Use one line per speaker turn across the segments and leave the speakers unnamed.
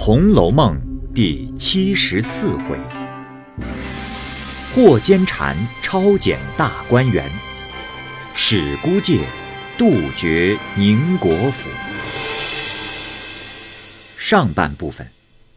红楼梦》第74回：霍坚禅超检大观园，史孤介杜绝宁国府。上半部分。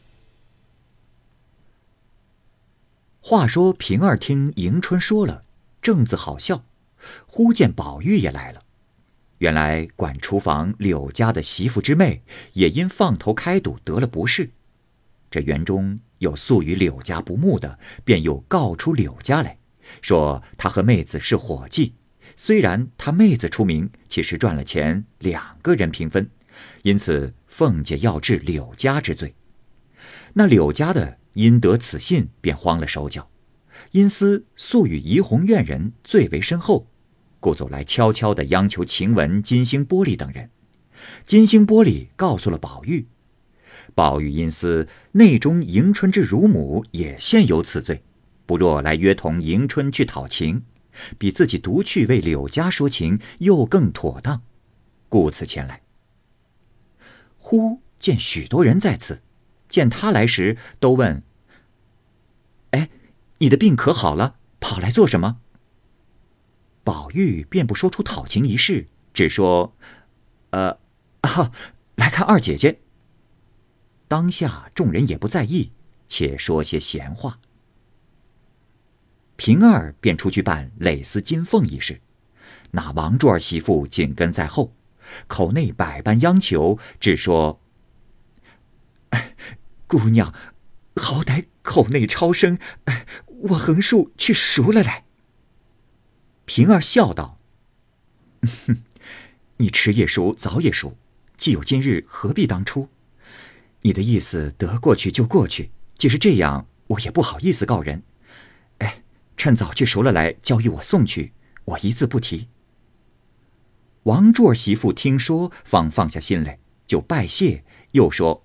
话说平儿听迎春说了，正自好笑，忽见宝玉也来了。原来管厨房柳家的媳妇之妹也因放头开赌得了不是，这园中有素与柳家不睦的，便又告出柳家来，说他和妹子是伙计，虽然他妹子出名，其实赚了钱2个人平分，因此凤姐要治柳家之罪。那柳家的因得此信，便慌了手脚，因思素与怡红院人最为深厚，故走来悄悄地央求晴雯、金星玻璃等人。金星玻璃告诉了宝玉，宝玉因思内中迎春之乳母也现有此罪，不若来约同迎春去讨情，比自己独去为柳家说情又更妥当，故此前来。忽见许多人在此，见他来时都问：哎，你的病可好了？跑来做什么？宝玉便不说出讨情一事，只说来看二姐姐。当下众人也不在意，且说些闲话。平儿便出去办蕾丝金凤一事，那王柱儿媳妇紧跟在后，口内百般央求，只说：姑娘好歹口内超生，我横竖去赎了来。平儿笑道：你迟也赎，早也赎，既有今日，何必当初？你的意思得过去就过去，即是这样，我也不好意思告人。趁早去赎了来，交与我送去，我一字不提。王柱儿媳妇听说，方放下心来，就拜谢，又说：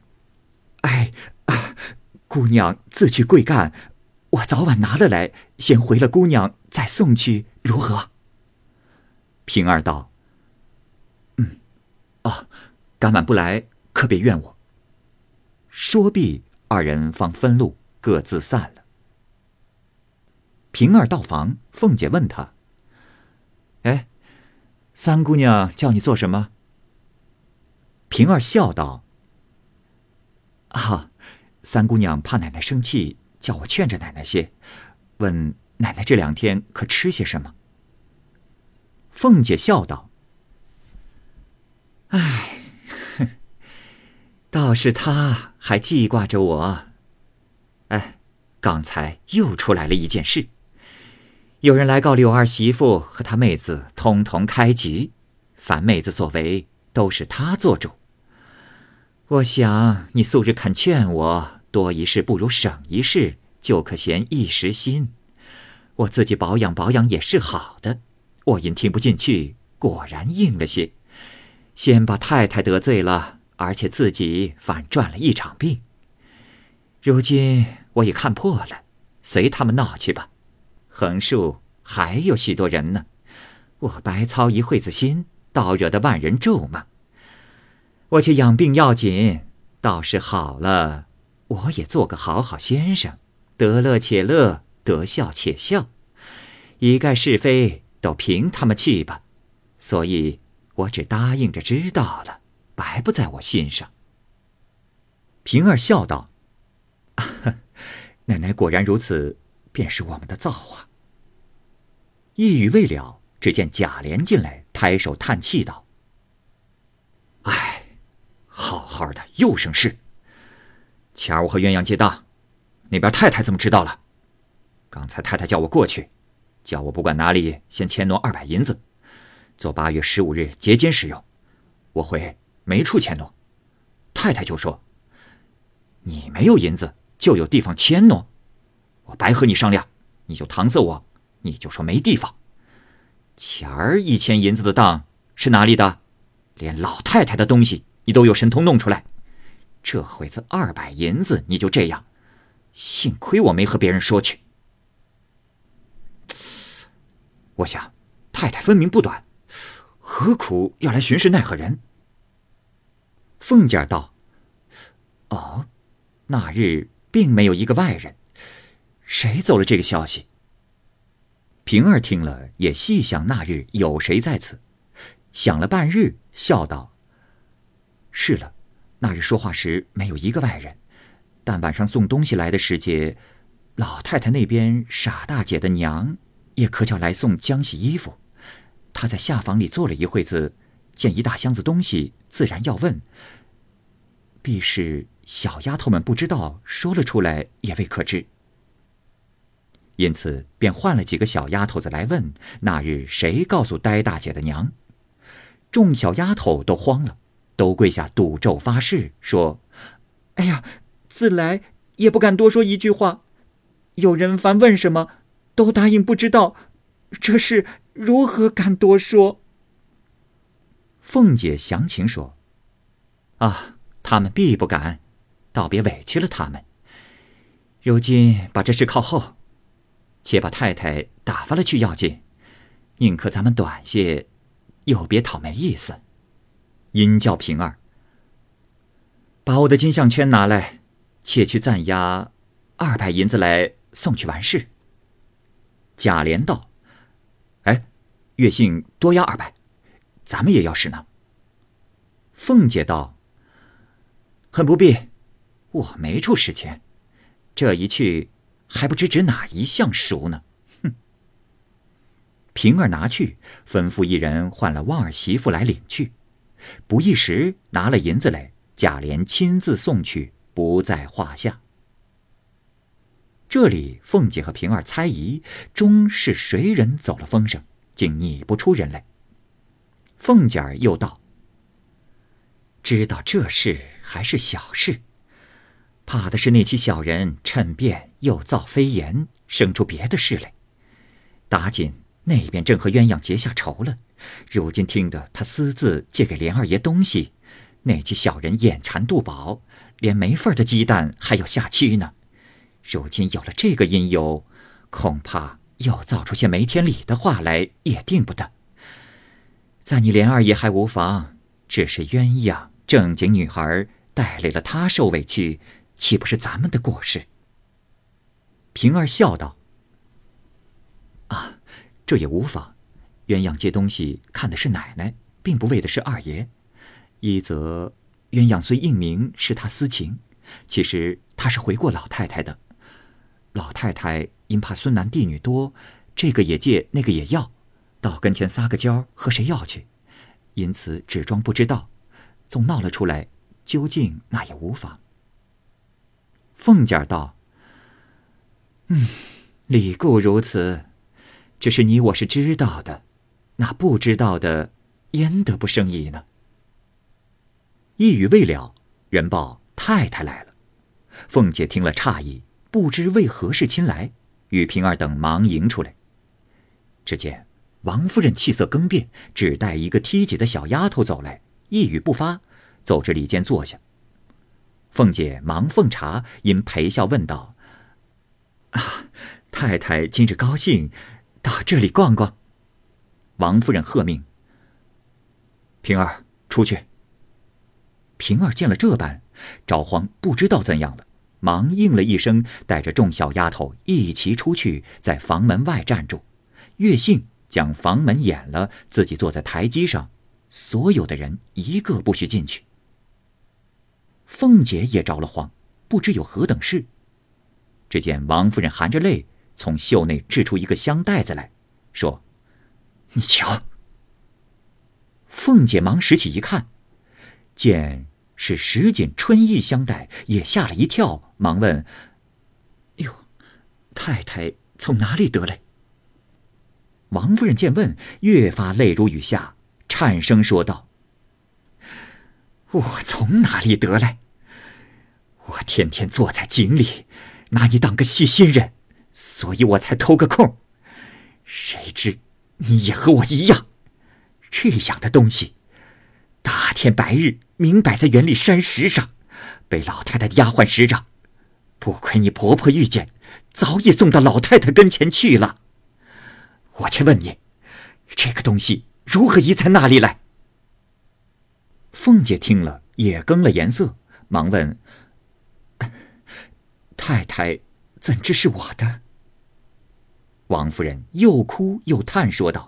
姑娘自去贵干，我早晚拿了来，先回了姑娘，再送去，如何？平儿道：赶晚不来，可别怨我。说毕，二人方分路，各自散了。平儿到房，凤姐问她：三姑娘叫你做什么？平儿笑道：三姑娘怕奶奶生气，叫我劝着奶奶些，问奶奶这2天可吃些什么。凤姐笑道：倒是他还记挂着我。刚才又出来了一件事，有人来告柳二媳妇和她妹子通同开局，凡妹子所为都是她做主。我想你素日肯劝我，多一事不如省一事，就可闲一时心。我自己保养保养也是好的，我因听不进去，果然硬了些，先把太太得罪了，而且自己反赚了一场病。如今我也看破了，随他们闹去吧。横竖还有许多人呢，我白操一会子心，倒惹得万人咒骂。我且养病要紧，倒是好了，我也做个好好先生，得乐且乐，得笑且笑，一概是非都凭他们去吧。所以我只答应着知道了，白不在我心上。平儿笑道：奶奶果然如此，便是我们的造化。一语未了，只见贾琏进来，拍手叹气道：好好的又生事。前儿我和鸳鸯结当，那边太太怎么知道了？刚才太太叫我过去，叫我不管哪里先迁挪200银子，做8月15日节间使用。我回没处迁挪，太太就说：你没有银子，就有地方迁挪。我白和你商量，你就搪塞我，你就说没地方。前儿1000银子的当是哪里的？连老太太的东西你都有神通弄出来，这会子200银子你就这样，幸亏我没和别人说去。我想太太分明不短，何苦要来巡视奈何人？凤姐道： 哦，那日并没有一个外人，谁走了这个消息？平儿听了，也细想那日有谁在此，想了半日，笑道：“是了，那日说话时没有一个外人，但晚上送东西来的时节，老太太那边傻大姐的娘也可叫来送浆洗衣服。她在下房里坐了一会子，见一大箱子东西，自然要问。必是小丫头们不知道，说了出来也未可知。因此便换了几个小丫头子来问那日谁告诉呆大姐的娘。众小丫头都慌了，都跪下赌咒发誓，说：哎呀，自来也不敢多说一句话，有人凡问什么，都答应不知道，这事如何敢多说？凤姐详情说：啊，他们必不敢，倒别委屈了他们。如今把这事靠后，且把太太打发了去要紧，宁可咱们短些，又别讨没意思。因叫平儿把我的金项圈拿来，且去暂押200银子来送去完事。贾琏道：哎，月信多押200，咱们也要使呢。凤姐道：很不必，我没处使钱，这一去还不知指哪一项赎呢。哼！平儿拿去，吩咐一人换了旺儿媳妇来领去。不一时拿了银子来，贾琏亲自送去，不在话下。这里凤姐和平儿猜疑，终是谁人走了风声，竟拟不出人来。凤姐儿又道：知道这事还是小事，怕的是那起小人趁便又造飞言，生出别的事来。打紧那边正和鸳鸯结下仇了，如今听得他私自借给琏二爷东西，那起小人眼馋肚饱，连没份的鸡蛋还要下蛆呢。如今有了这个因由，恐怕又造出些没天理的话来，也定不得。在你琏二爷还无妨，只是鸳鸯正经女孩带来了他受委屈，岂不是咱们的过失？平儿笑道：啊，这也无妨。鸳鸯接东西看的是奶奶，并不为的是二爷。一则鸳鸯虽应明是他私情，其实他是回过老太太的。老太太因怕孙男弟女多，这个也借那个也要，到跟前撒个娇和谁要去，因此只装不知道，纵闹了出来，究竟那也无妨。凤姐道：理固如此，只是你我是知道的，那不知道的焉得不生疑呢？一语未了，人报太太来了。凤姐听了诧异，不知为何事亲来，与平儿等忙迎出来。只见王夫人气色更变，只带一个梯级的小丫头走来，一语不发，走至里间坐下。凤姐忙奉茶，因陪笑问道：啊，太太今日高兴，到这里逛逛。王夫人喝命：平儿出去。平儿见了这般，着慌不知道怎样了，忙应了一声，带着众小丫头一齐出去，在房门外站住。月信将房门掩了，自己坐在台基上，所有的人一个不许进去。凤姐也着了慌，不知有何等事。只见王夫人含着泪从袖内掷出一个香袋子来，说：你瞧。凤姐忙拾起一看，见是10锦春意香袋，也吓了一跳，忙问：哟，太太从哪里得来？王夫人见问，越发泪如雨下，颤声说道：我从哪里得来？我天天坐在井里，拿你当个细心人，所以我才偷个空。谁知你也和我一样，这样的东西，大天白日明摆在园里山石上，被老太太的丫鬟拾着，不亏你婆婆遇见，早已送到老太太跟前去了。我且问你，这个东西如何移在那里来？凤姐听了也更了颜色，忙问： 太太怎知是我的？王夫人又哭又叹说道：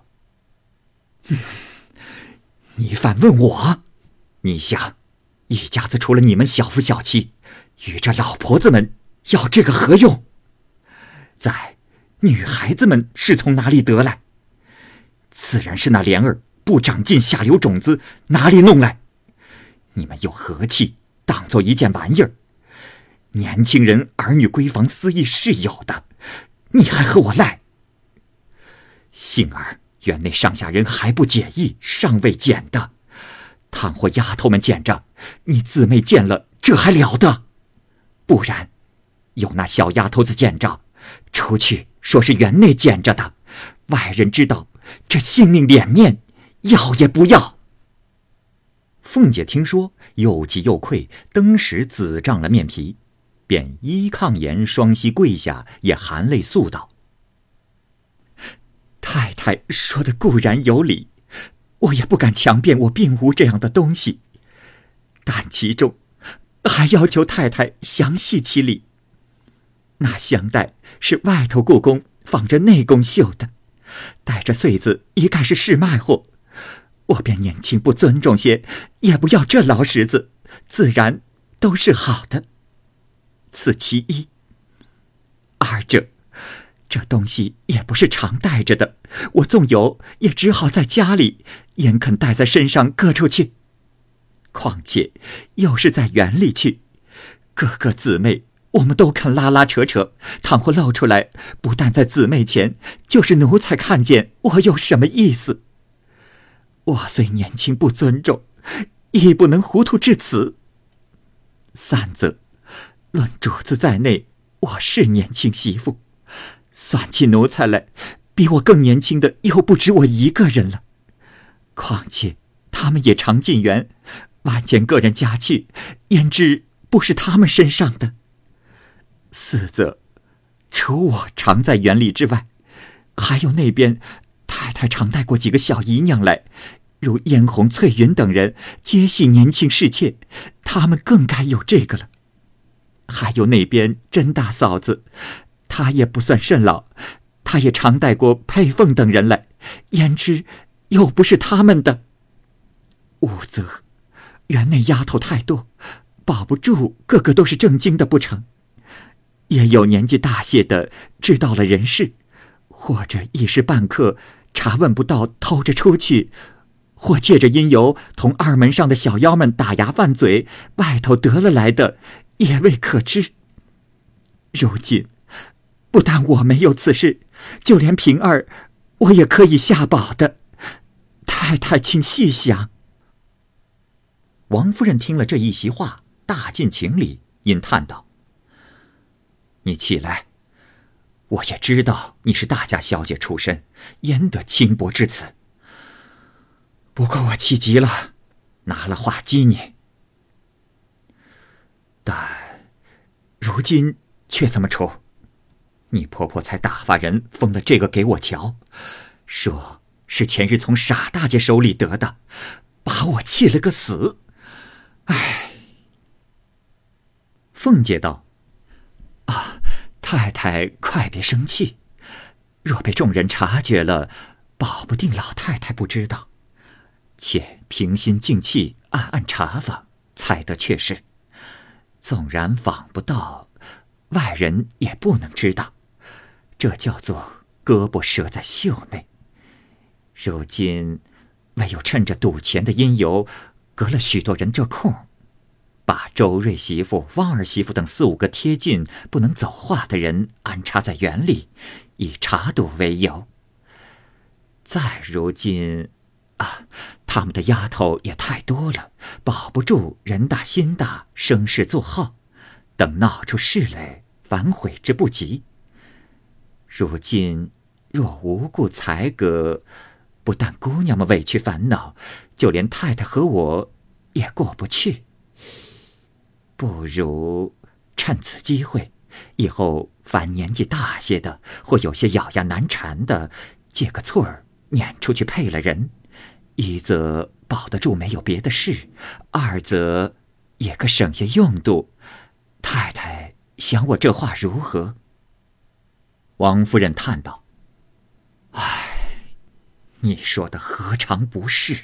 你反问我？你想，一家子除了你们小夫小妻，与这老婆子们要这个何用？再，女孩子们是从哪里得来？自然是那莲儿不长进下流种子，哪里弄来？你们又何气当作一件玩意儿？年轻人儿女闺房私议是有的，你还和我赖？幸而园内上下人还不解意，尚未捡的。倘或丫头们捡着，你姊妹见了，这还了得？不然，有那小丫头子捡着，出去说是园内捡着的，外人知道，这性命脸面要也不要。凤姐听说，又急又愧，登时紫涨了面皮，便依炕沿双膝跪下，也含泪诉道：太太说的固然有理，我也不敢强辩我并无这样的东西，但其中还要求太太详细其理。那香袋是外头故宫仿着内宫绣的，带着穗子一概是市卖货，我便年轻不尊重些，也不要这劳什子，自然都是好的。此其一。二者，这东西也不是常带着的，我纵有也只好在家里，焉肯带在身上各处去？况且又是在园里去，各个姊妹我们都肯拉拉扯扯，倘或露出来，不但在姊妹前，就是奴才看见，我有什么意思？我虽年轻不尊重，亦不能糊涂至此。三则，论主子在内，我是年轻媳妇，算起奴才来，比我更年轻的又不止我一个人了。况且他们也常进园，晚见个人家去，焉知不是他们身上的？四则，除我常在园里之外，还有那边太太常带过几个小姨娘来，如嫣红、翠云等人，皆系年轻侍妾，他们更该有这个了。还有那边甄大嫂子，她也不算甚老，她也常带过佩凤等人来，焉知又不是他们的？五则，园内丫头太多，保不住个个都是正经的不成？也有年纪大些的知道了人事，或者一时半刻查问不到，偷着出去，或借着因由同二门上的小妖们打牙拌嘴，外头得了来的，也未可知。如今不但我没有此事，就连平儿我也可以下保的，太太请细想。王夫人听了这一席话，大尽情理，因叹道：你起来，我也知道你是大家小姐出身，焉得轻薄至此？不过我气急了，拿了话激你。但如今却这么处，你婆婆才打发人封了这个给我瞧，说是前日从傻大姐手里得的，把我气了个死。唉。凤姐道：太太快别生气，若被众人察觉了，保不定老太太不知道。且平心静气，暗暗查访，才得确实。纵然访不到，外人也不能知道，这叫做胳膊折在袖内。如今唯有趁着赌钱的因由，隔了许多人这空，把周瑞媳妇、汪儿媳妇等4、5个贴近不能走话的人安插在园里，以查赌为由。再如今他们的丫头也太多了，保不住人大心大，生事作号，等闹出事来，反悔之不及。如今若无故裁革，不但姑娘们委屈烦恼，就连太太和我也过不去。不如趁此机会，以后凡年纪大些的，或有些咬牙难缠的，借个错儿撵出去配了人，一则保得住没有别的事，二则也可省些用度。太太想我这话如何？”王夫人叹道：“你说的何尝不是？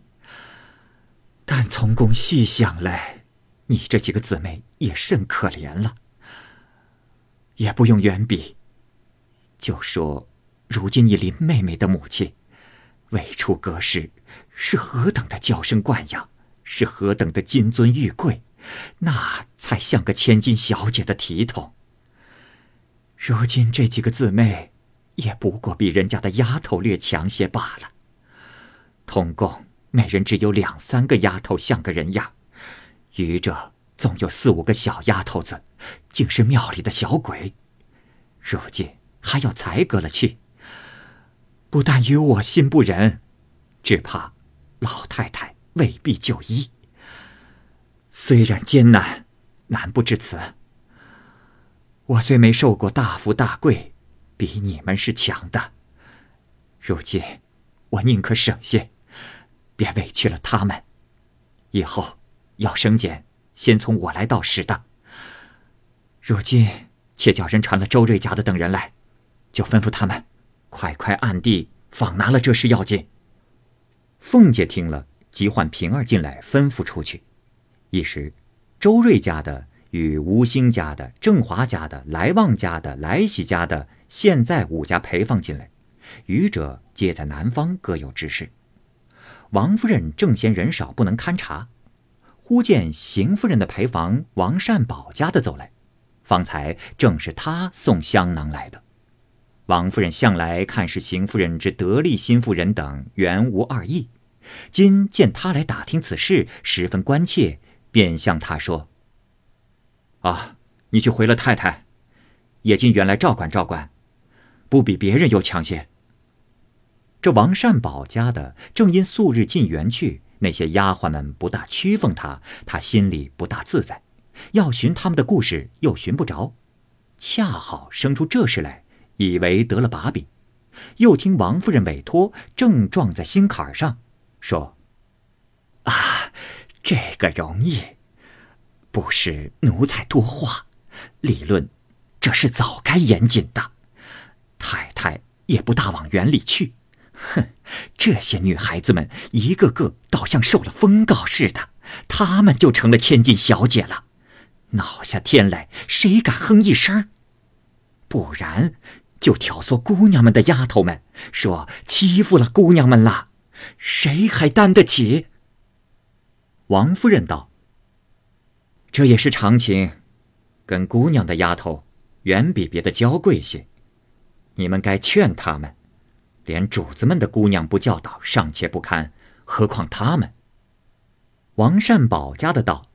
但从公细想来，你这几个姊妹也甚可怜了。也不用远比，就说如今你林妹妹的母亲未出阁时是何等的娇生惯养，是何等的金尊玉贵，那才像个千金小姐的体统。如今这几个姊妹也不过比人家的丫头略强些罢了。同共每人只有2、3个丫头像个人样，余者总有4、5个小丫头子，竟是庙里的小鬼。如今还要裁革了去，不但与我心不忍，只怕老太太未必就医。虽然艰难，难不至此。我虽没受过大富大贵，比你们是强的。如今我宁可省些，别委屈了他们。以后要生检，先从我来到实的。如今且叫人传了周瑞家的等人来，就吩咐他们快快暗地访拿了这事要紧。凤姐听了，即唤平儿进来，吩咐出去。一时周瑞家的与吴兴家的、郑华家的、来旺家的、来喜家的，现在5家陪放进来，余者皆在南方各有之事。王夫人正嫌人少不能勘察，忽见邢夫人的陪房王善保家的走来，方才正是他送香囊来的。王夫人向来看是邢夫人之得力心腹人等，原无二意，今见他来打听此事，十分关切，便向他说：“你去回了太太，也进园来照管照管，不比别人又强些。”这王善保家的正因素日进园去，那些丫鬟们不大屈奉他，他心里不大自在，要寻他们的故事又寻不着，恰好生出这事来，以为得了把柄。又听王夫人委托，正撞在心坎上，说：“这个容易，不是奴才多话，理论这是早该严谨的。太太也不大往园里去，这些女孩子们一个个倒像受了封告似的，她们就成了千金小姐了。闹下天来，谁敢哼一声？不然就挑唆姑娘们的丫头们，说欺负了姑娘们了，谁还担得起？”王夫人道：“这也是常情，跟姑娘的丫头远比别的娇贵些，你们该劝他们。连主子们的姑娘不教导，尚且不堪，何况他们？”王善保家的道：“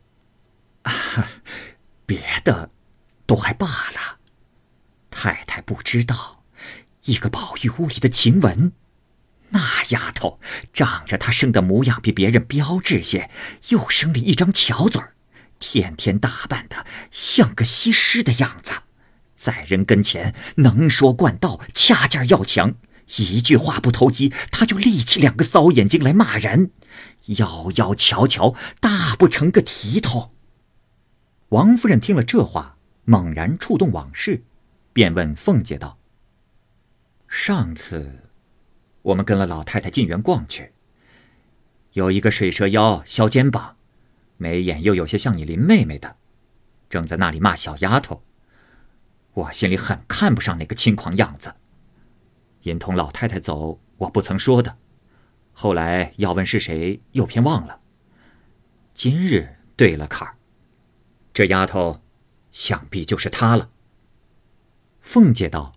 别的都还罢了，太太不知道，一个宝玉屋里的晴雯，那丫头仗着她生的模样比别人标致些，又生了一张巧嘴儿，天天打扮的像个西施的样子，在人跟前能说惯道，掐架要强，一句话不投机，他就立起2个骚眼睛来骂人，妖妖巧巧，大不成个体统。”王夫人听了这话，猛然触动往事，便问凤姐道：“上次我们跟了老太太进园逛去，有一个水蛇腰削肩膀，眉眼又有些像你林妹妹的，正在那里骂小丫头，我心里很看不上那个轻狂样子。因同老太太走，我不曾说的，后来要问是谁，又偏忘了。今日对了坎儿，这丫头想必就是她了。”凤姐道：“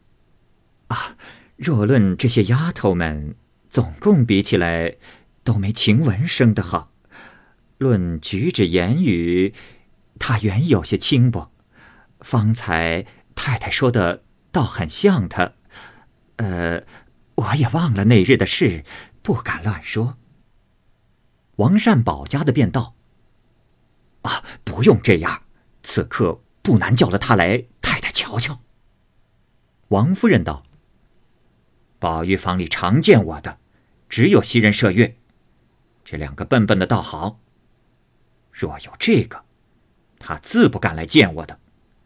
若论这些丫头们，总共比起来，都没晴雯生得好。论举止言语，她原有些轻薄。方才太太说的倒很像她。我也忘了那日的事，不敢乱说。”王善保家的便道：“不用这样，此刻不难叫了她来，太太瞧瞧。”王夫人道：“宝玉房里常见我的，只有袭人、麝月，这2个笨笨的倒好。若有这个，他自不敢来见我的，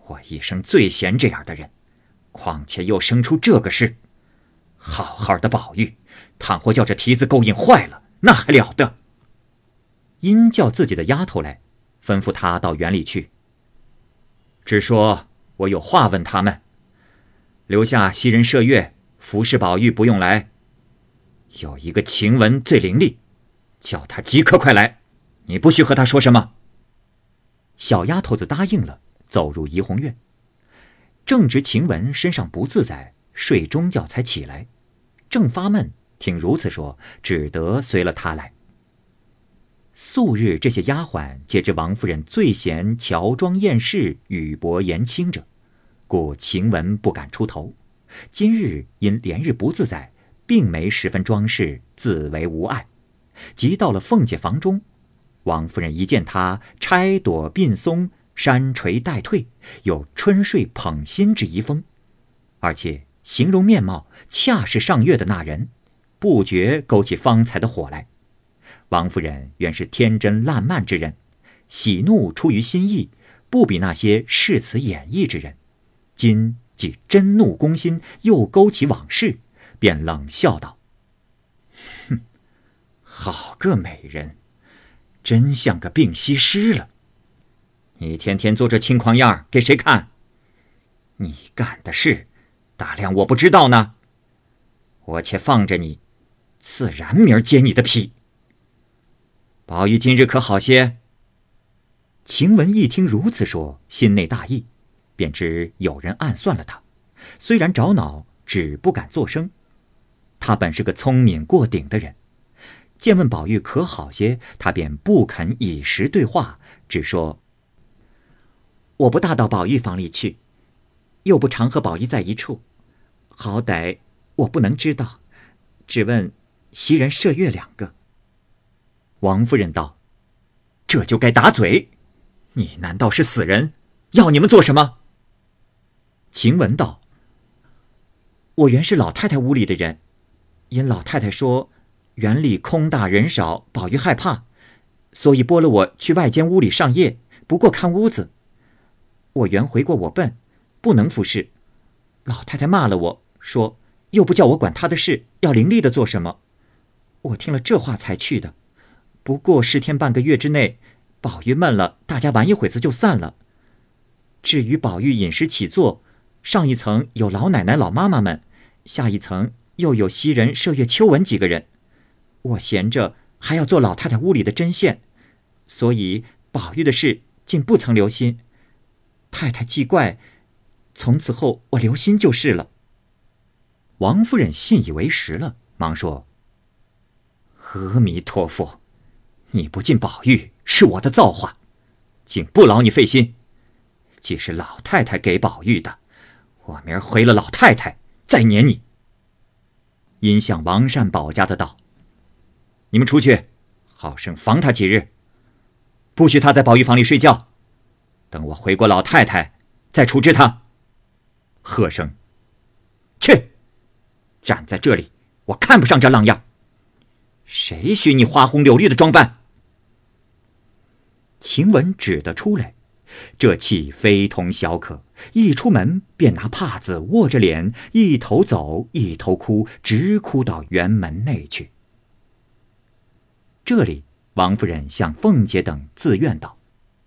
我一生最嫌这样的人，况且又生出这个事。好好的宝玉，倘或叫这蹄子勾引坏了，那还了得！因叫自己的丫头来，吩咐她到园里去，只说我有话问他们，留下袭人、麝月服侍宝玉不用来。有一个晴雯最伶俐，叫她即刻快来，你不许和她说什么。小丫头子答应了，走入怡红院。正值晴雯身上不自在，睡中觉才起来，正发闷，听如此说，只得随了她来。素日这些丫鬟皆知王夫人最嫌乔装艳饰、语薄言轻者，故晴雯不敢出头。今日因连日不自在，并没十分装饰，自为无碍。即到了凤姐房中，王夫人一见她钗朵鬓松，山垂带退，有春睡捧心之遗风，而且形容面貌恰是上月的那人，不觉勾起方才的火来。王夫人原是天真烂漫之人，喜怒出于心意，不比那些恃词演绎之人。今既真怒攻心，又勾起往事，便冷笑道：哼，好个美人，真像个病西施了。你天天做这轻狂样给谁看？你干的事大量我不知道呢，我且放着你，自然明儿揭你的皮。宝玉今日可好些？晴雯一听如此说，心内大异，便知有人暗算了他，虽然着恼，只不敢作声。他本是个聪明过顶的人，见问宝玉可好些，他便不肯以实对话，只说：我不大到宝玉房里去，又不常和宝玉在一处，好歹我不能知道，只问袭人、麝月两个。王夫人道：这就该打嘴，你难道是死人，要你们做什么？晴雯道：我原是老太太屋里的人，因老太太说园里空大人少，宝玉害怕，所以拨了我去外间屋里上夜，不过看屋子。我原回过我笨，不能服侍，老太太骂了我，说又不叫我管她的事，要伶俐的做什么。我听了这话才去的，不过10天半个月之内，宝玉闷了，大家玩一会子就散了。至于宝玉饮食起坐，上一层有老奶奶老妈妈们，下一层又有袭人、麝月、秋纹几个人，我闲着还要做老太太屋里的针线，所以宝玉的事竟不曾留心。太太既怪，从此后我留心就是了。王夫人信以为实了，忙说：阿弥陀佛，你不敬宝玉是我的造化，竟不劳你费心。既是老太太给宝玉的，我明儿回了老太太再撵你。因向王善保家的道：你们出去，好生防他几日，不许他在宝玉房里睡觉，等我回过老太太再处置他。喝声：去！站在这里，我看不上这浪样，谁许你花红柳绿的装扮？晴雯只得出来，这气非同小可，一出门便拿帕子握着脸，一头走一头哭，直哭到园门内去。这里王夫人向凤姐等自怨道：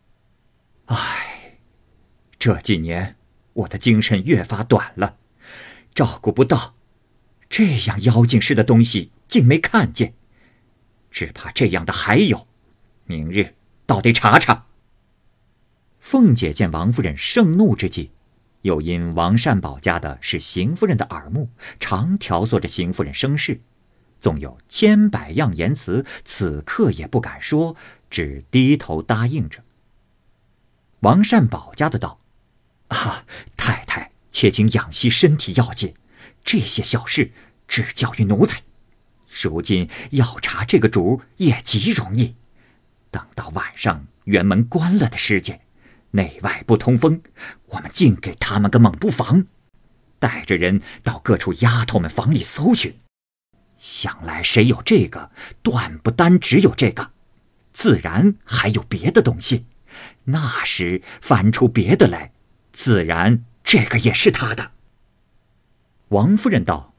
唉，这几年我的精神越发短了，照顾不到，这样妖精似的东西竟没看见，只怕这样的还有，明日倒得查查。凤姐见王夫人盛怒之际，又因王善保家的是邢夫人的耳目，常调唆着邢夫人生事，纵有千百样言辞，此刻也不敢说，只低头答应着。王善保家的道：太太且请养惜身体要紧，这些小事只教于奴才，如今要查这个主也极容易，等到晚上园门关了的时间，内外不通风，我们竟给他们个猛不防，带着人到各处丫头们房里搜寻，想来谁有这个，断不单只有这个，自然还有别的东西，那时翻出别的来， 自然这个也是他的。王夫人道：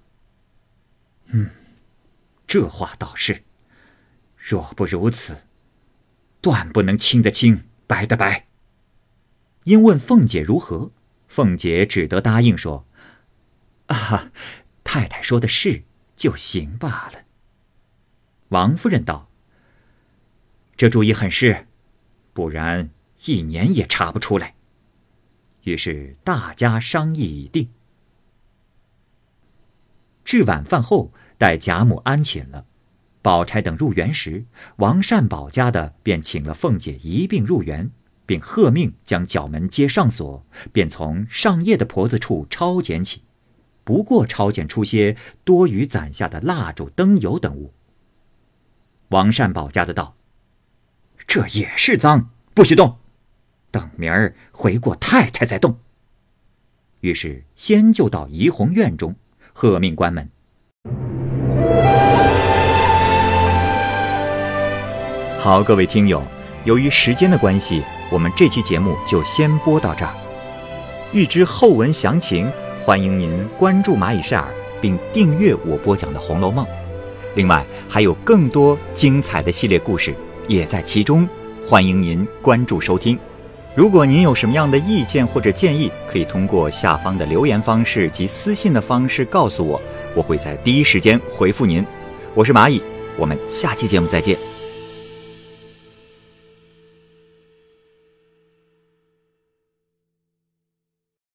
这话倒是，若不如此，断不能清的清，白的白。因问凤姐如何，凤姐只得答应说：太太说的是，就行罢了。王夫人道：这主意很是，不然1年也查不出来。于是大家商议已定。至晚饭后，待贾母安寝了，宝钗等入园时，王善保家的便请了凤姐一并入园，并喝命将角门皆上锁，便从上夜的婆子处抄检起，不过抄检出些多余攒下的蜡烛、灯油等物。王善保家的道：这也是赃，不许动，等明儿回过太太再动。于是先就到怡红院中，喝命关门。好，各位听友，由于时间的关系，我们这期节目就先播到这儿。欲知后文详情，欢迎您关注蚂蚁晒尔，并订阅我播讲的《红楼梦》。另外还有更多精彩的系列故事也在其中，欢迎您关注收听。如果您有什么样的意见或者建议，可以通过下方的留言方式及私信的方式告诉我，我会在第一时间回复您。我是蚂蚁，我们下期节目再见。